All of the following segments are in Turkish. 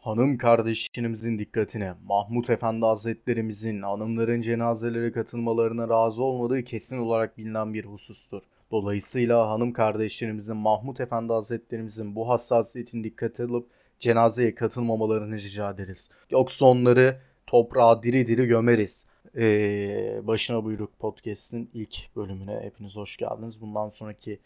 Hanım kardeşlerimizin dikkatine, Mahmut Efendi Hazretlerimizin hanımların cenazelere katılmalarına razı olmadığı kesin olarak bilinen bir husustur. Dolayısıyla hanım kardeşlerimizin Mahmut Efendi Hazretlerimizin bu hassasiyetin dikkate alıp cenazeye katılmamalarını rica ederiz. Yoksa onları toprağa diri diri gömeriz. Başına Buyruk Podcast'in ilk bölümüne hepiniz hoş geldiniz. Bundan sonraki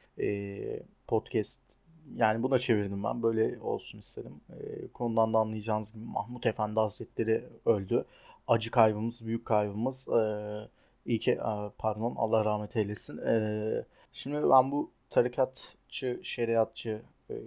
podcast, yani buna çevirdim ben. Böyle olsun istedim. Konudan da anlayacağınız gibi Mahmut Efendi Hazretleri öldü. Acı kaybımız, büyük kaybımız. İyi ki, pardon, Allah rahmet eylesin. Şimdi ben bu tarikatçı, şeriatçı,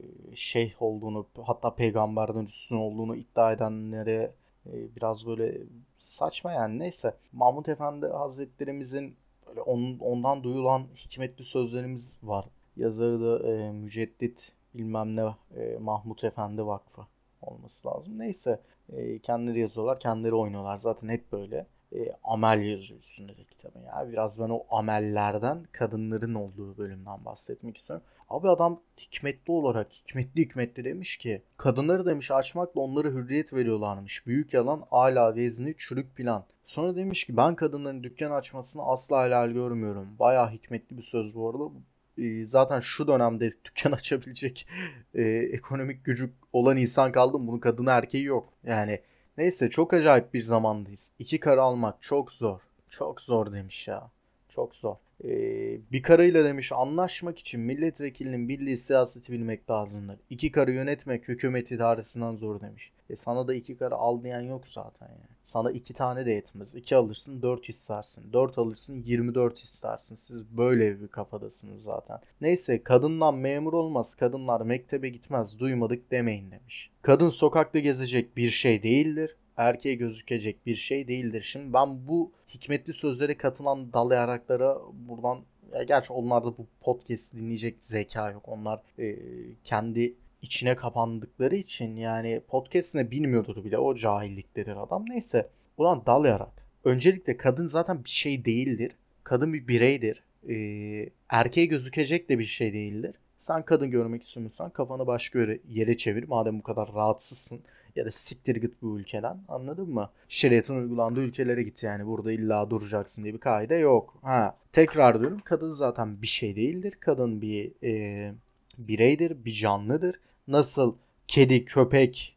şeyh olduğunu, hatta peygamberden üstün olduğunu iddia edenlere biraz böyle saçma yani. Neyse. Mahmut Efendi Hazretlerimizin böyle ondan duyulan hikmetli sözlerimiz var. Yazarı da Müceddit bilmem ne Mahmut Efendi Vakfı olması lazım. Neyse, kendileri yazıyorlar, kendileri oynuyorlar. Zaten hep böyle. Amel yazıyor üstünde de kitabın ya. Biraz ben o amellerden, kadınların olduğu bölümden bahsetmek istiyorum. Abi adam hikmetli olarak, hikmetli demiş ki, kadınları demiş açmakla onlara hürriyet veriyorlarmış. Büyük yalan, âlâ vezni, çürük plan. Sonra demiş ki ben kadınların dükkan açmasını asla helal görmüyorum. Bayağı hikmetli bir söz bu arada. Zaten şu dönemde dükkan açabilecek ekonomik gücü olan insan kaldı mı? Bunun kadını erkeği yok. Yani neyse, çok acayip bir zamandayız. İki karı almak çok zor. Çok zor demiş ya. Çok zor. Bir karıyla demiş anlaşmak için milletvekilinin bildiği siyaseti bilmek lazımdır. İki karı yönetmek hükümet idaresinden zor demiş. Sana da iki karı al diyen yok zaten yani. Sana iki tane de yetmez. İki alırsın dört istersin. Dört alırsın 24 istersin. Siz böyle bir kafadasınız zaten. Neyse, kadından memur olmaz. Kadınlar mektebe gitmez. Duymadık demeyin demiş. Kadın sokakta gezecek bir şey değildir. Erkeğe gözükecek bir şey değildir. Şimdi ben bu hikmetli sözlere katılan dalayaraklara buradan, ya gerçi onlarda bu podcast'i dinleyecek zeka yok. Onlar kendi içine kapandıkları için yani podcast ne bilmiyordur bile, o cahilliktedir adam. Neyse, ulan dalayarak. Öncelikle kadın zaten bir şey değildir. Kadın bir bireydir. Erkeğe gözükecek de bir şey değildir. Sen kadın görmek istiyorsan kafanı başka yere çevir madem bu kadar rahatsızsın. Ya da siktir git bu ülkeden, anladın mı? Şeriatın uygulandığı ülkelere git, yani burada illa duracaksın diye bir kaide yok. Ha, tekrar diyorum, kadın zaten bir şey değildir. Kadın bir bireydir, bir canlıdır. Nasıl kedi, köpek,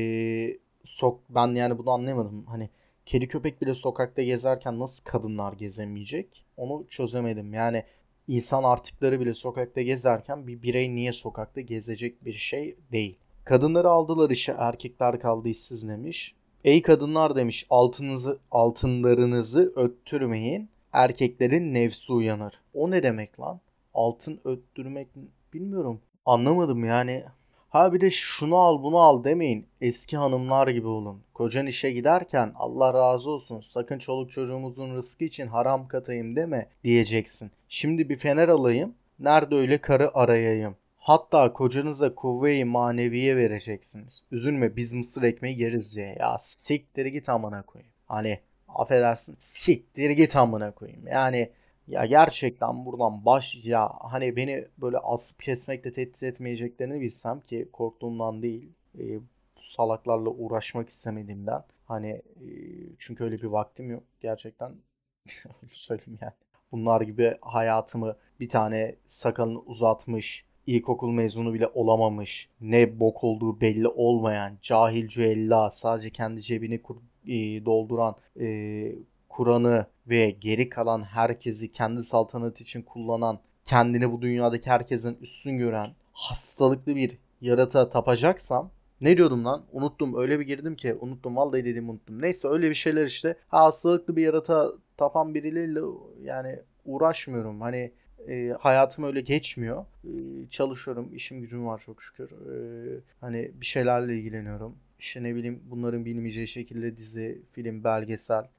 ben yani bunu anlayamadım. Hani kedi köpek bile sokakta gezerken nasıl kadınlar gezemeyecek? Onu çözemedim. Yani insan artıkları bile sokakta gezerken bir birey niye sokakta gezecek bir şey değil. Kadınları aldılar işe, erkekler kaldı işsiz demiş. Ey kadınlar demiş, altınlarınızı öttürmeyin. Erkeklerin nefsi uyanır. O ne demek lan? Altın öttürmek, bilmiyorum. Anlamadım yani. Ha bir de şunu al bunu al demeyin. Eski hanımlar gibi olun. Kocan işe giderken Allah razı olsun sakın çoluk çocuğumuzun rızkı için haram katayım deme diyeceksin. Şimdi bir fener alayım. Nerede öyle karı arayayım. Hatta kocanıza kuvve-i maneviye vereceksiniz. Üzülme biz mısır ekmeği yeriz diye. Ya siktir git amına koyayım. Hani affedersin, siktir git amına koyayım. Yani ya gerçekten buradan ya hani beni böyle asıp kesmekle tehdit etmeyeceklerini bilsem, ki korktuğumdan değil, bu salaklarla uğraşmak istemediğimden, hani çünkü öyle bir vaktim yok gerçekten. Öyle söyleyeyim yani. Bunlar gibi hayatımı, bir tane sakalını uzatmış, ilkokul mezunu bile olamamış, ne bok olduğu belli olmayan, cahil cüella, sadece kendi cebini dolduran, Kur'an'ı ve geri kalan herkesi kendi saltanatı için kullanan, kendini bu dünyadaki herkesten üstün gören hastalıklı bir yaratığa tapacaksam, ne diyordum lan? Unuttum. Öyle bir girdim ki unuttum. Vallahi dediğimi unuttum. Neyse, öyle bir şeyler işte. Hastalıklı bir yaratığa tapan birileriyle yani uğraşmıyorum. Hani hayatım öyle geçmiyor. Çalışıyorum. İşim gücüm var çok şükür. Hani bir şeylerle ilgileniyorum. İşte ne bileyim, bunların bilmeyeceği şekilde dizi, film, belgesel.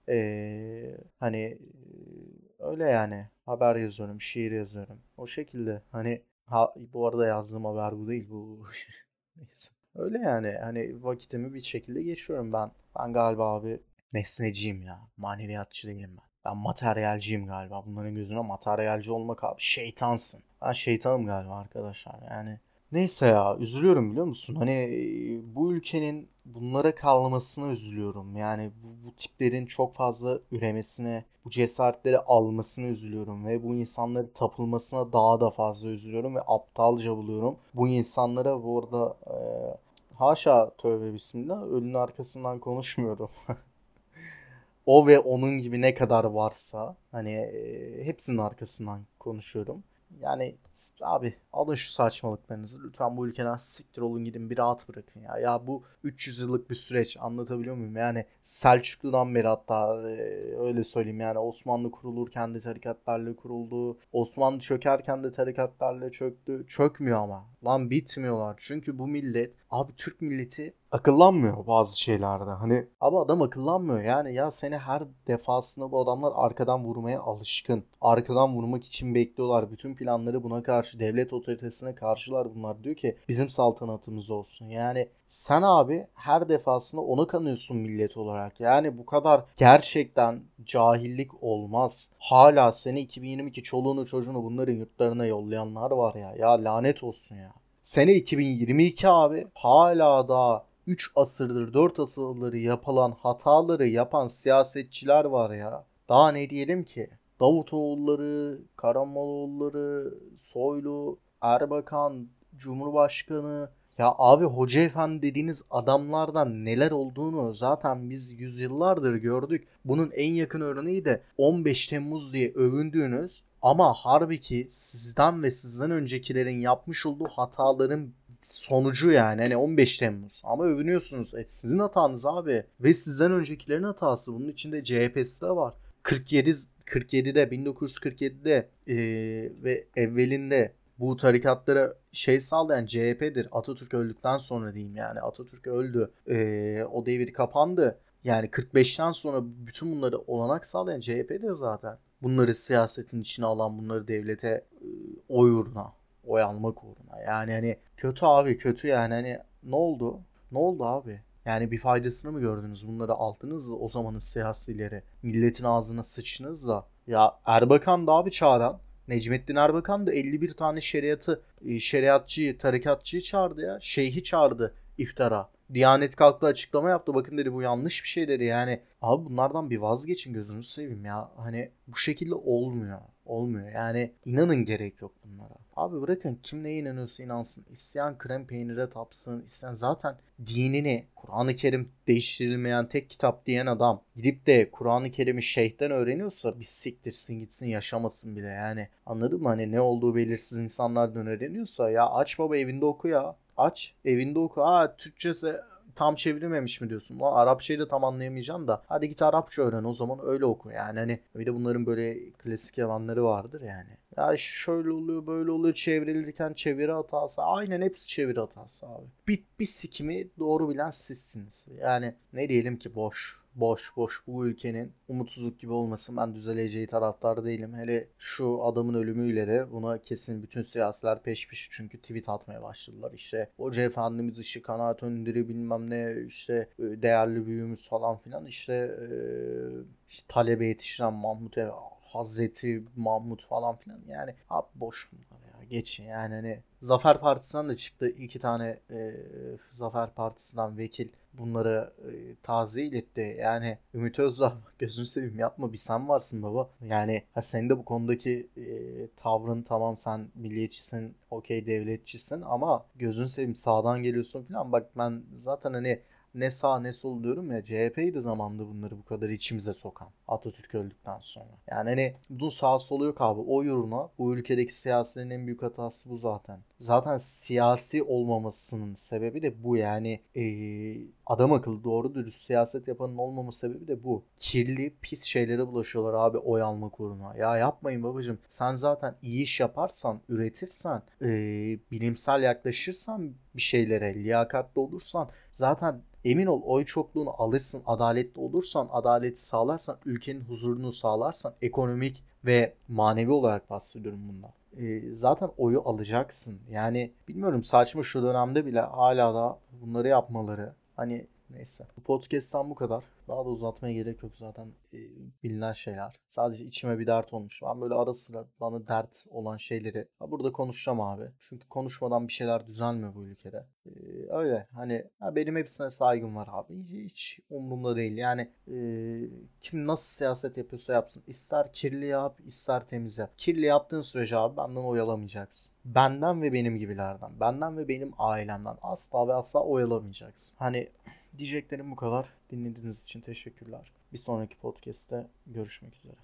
Hani öyle yani. Haber yazıyorum, şiir yazıyorum. O şekilde. Hani bu arada yazdığım haber bu değil. Bu neyse. Öyle yani. Hani vakitimi bir şekilde geçiyorum ben. Ben galiba abi nesneciyim ya. Maneviyatçı değilim ben. Ben materyalciyim galiba. Bunların gözüne materyalci olmak abi şeytansın. Ben şeytanım galiba arkadaşlar. Yani neyse ya, üzülüyorum biliyor musun? Hani bu ülkenin bunlara kalmasına üzülüyorum. Yani bu tiplerin çok fazla üremesine, bu cesaretleri almasına üzülüyorum ve bu insanları tapılmasına daha da fazla üzülüyorum ve aptalca buluyorum. Bu insanlara bu arada haşa tövbe bismillah ölünün arkasından konuşmuyorum. O ve onun gibi ne kadar varsa hani hepsinin arkasından konuşuyorum. Yani abi alın şu saçmalıklarınızı. Lütfen bu ülkeden siktir olun gidin bir rahat bırakın ya. Ya bu 300 yıllık bir süreç, anlatabiliyor muyum? Yani Selçuklu'dan beri hatta öyle söyleyeyim, yani Osmanlı kurulurken de tarikatlarla kuruldu. Osmanlı çökerken de tarikatlarla çöktü. Çökmüyor ama. Lan bitmiyorlar. Çünkü bu millet, abi Türk milleti akıllanmıyor bazı şeylerde. Hani abi adam akıllanmıyor. Yani ya seni her defasında bu adamlar arkadan vurmaya alışkın. Arkadan vurmak için bekliyorlar. Bütün planları buna karşı, devlet otoritesine karşılar bunlar. Diyor ki bizim saltanatımız olsun. Yani sen abi her defasında ona kanıyorsun millet olarak. Yani bu kadar gerçekten cahillik olmaz. Hala sene 2022 çoluğunu çocuğunu bunların yurtlarına yollayanlar var ya. Ya lanet olsun ya. Sene 2022 abi, hala da 3 asırdır 4 asırdır yapılan hataları yapan siyasetçiler var ya. Daha ne diyelim ki? Davutoğulları, Karamollaoğulları, Soylu, Erbakan, Cumhurbaşkanı. Ya abi Hoca Efendi dediğiniz adamlardan neler olduğunu zaten biz yüzyıllardır gördük. Bunun en yakın örneği de 15 Temmuz diye övündüğünüz ama halbuki sizden ve sizden öncekilerin yapmış olduğu hataların sonucu yani. Hani 15 Temmuz. Ama övünüyorsunuz. Sizin hatanız abi. Ve sizden öncekilerin hatası. Bunun içinde CHP'si de var. 47'de 1947'de ve evvelinde bu tarikatlara şey sağlayan CHP'dir. Atatürk öldükten sonra diyeyim yani. Atatürk öldü. O devir kapandı. Yani 45'ten sonra bütün bunları olanak sağlayan CHP'dir zaten. Bunları siyasetin içine alan, bunları devlete oy uğruna, oy almak uğruna. Yani hani kötü abi, kötü yani. Hani ne oldu? Ne oldu abi? Yani bir faydasını mı gördünüz? Bunları aldınız da o zamanın siyasileri. Milletin ağzına sıçtınız da. Ya Erbakan da abi çağıran. Necmettin Erbakan da 51 tane şeriatçıyı, tarikatçıyı çağırdı ya. Şeyhi çağırdı iftara. Diyanet kalktı, açıklama yaptı. Bakın dedi, bu yanlış bir şey dedi. Yani abi bunlardan bir vazgeçin, gözünüzü seveyim ya. Hani bu şekilde olmuyor. Olmuyor. Yani inanın, gerek yok bunlara. Abi bırakın kim neye inanıyorsa inansın. İsteyen krem peynire tapsın. İsteyen zaten dinini, Kur'an-ı Kerim değiştirilmeyen tek kitap diyen adam gidip de Kur'an-ı Kerim'i şeyhten öğreniyorsa bir siktirsin gitsin, yaşamasın bile yani. Anladın mı? Hani ne olduğu belirsiz insanlardan öğreniyorsa ya aç baba evinde oku ya. Aç evinde oku. Türkçesi tam çevirmemiş mi diyorsun? Lan Arapçayı da tam anlayamayacaksın da. Hadi git Arapça öğren o zaman, öyle oku. Yani hani bir de bunların böyle klasik yalanları vardır yani. Ya şöyle oluyor böyle oluyor, çevrilirken çeviri hatası. Aynen hepsi çeviri hatası abi. Bir sikimi doğru bilen sizsiniz. Yani ne diyelim ki, boş. Boş boş bu ülkenin umutsuzluk gibi olmasın, ben düzeleceği taraftar değilim. Hele şu adamın ölümüyle de buna kesin bütün siyasiler peş peşe, çünkü tweet atmaya başladılar. İşte Hoca Efendimiz işi kanaat önderi bilmem ne, işte değerli büyüğümüz falan filan, işte talebe yetiştiren Hazreti Mahmut falan filan, yani abi boş bunlar ya, geçin yani. Hani Zafer Partisi'nden de çıktı iki tane Zafer Partisi'nden vekil bunları taziye iletti. Yani Ümit Özdağ gözünü seveyim yapma, bir sen varsın baba. Yani senin de bu konudaki tavrın, tamam sen milliyetçisin, okey devletçisin ama gözünü seveyim sağdan geliyorsun falan. Bak ben zaten hani ne sağ ne sol diyorum ya, CHP'ydi zamanında bunları bu kadar içimize sokan Atatürk öldükten sonra. Yani hani bunun sağ solu yok abi. O uğruna bu ülkedeki siyasilerin en büyük hatası bu zaten. Zaten siyasi olmamasının sebebi de bu yani. Adam akıllı doğru dürüst siyaset yapanın olmama sebebi de bu. Kirli pis şeylere bulaşıyorlar abi oy almak uğruna. Ya yapmayın babacığım. Sen zaten iyi iş yaparsan, üretirsen, bilimsel yaklaşırsan bir şeylere, liyakatli olursan zaten emin ol oy çokluğunu alırsın. Adaletli olursan, adaleti sağlarsan, ülkenin huzurunu sağlarsan, ekonomik ve manevi olarak bahsediyorum bundan. Zaten oyu alacaksın. Yani bilmiyorum, saçma şu dönemde bile hala da bunları yapmaları. Hani Neyse. Bu podcast'tan bu kadar. Daha da uzatmaya gerek yok zaten bilinen şeyler. Sadece içime bir dert olmuş. Ben böyle ara sıra bana dert olan şeyleri burada konuşacağım abi. Çünkü konuşmadan bir şeyler düzelmiyor bu ülkede. Öyle hani benim hepsine saygım var abi. Hiç umurumda değil. Yani kim nasıl siyaset yapıyorsa yapsın. İster kirli yap, ister temiz yap. Kirli yaptığın sürece abi benden oyalamayacaksın. Benden ve benim gibilerden. Benden ve benim ailemden asla ve asla oyalamayacaksın. Hani diyeceklerim bu kadar. Dinlediğiniz için teşekkürler. Bir sonraki podcast'te görüşmek üzere.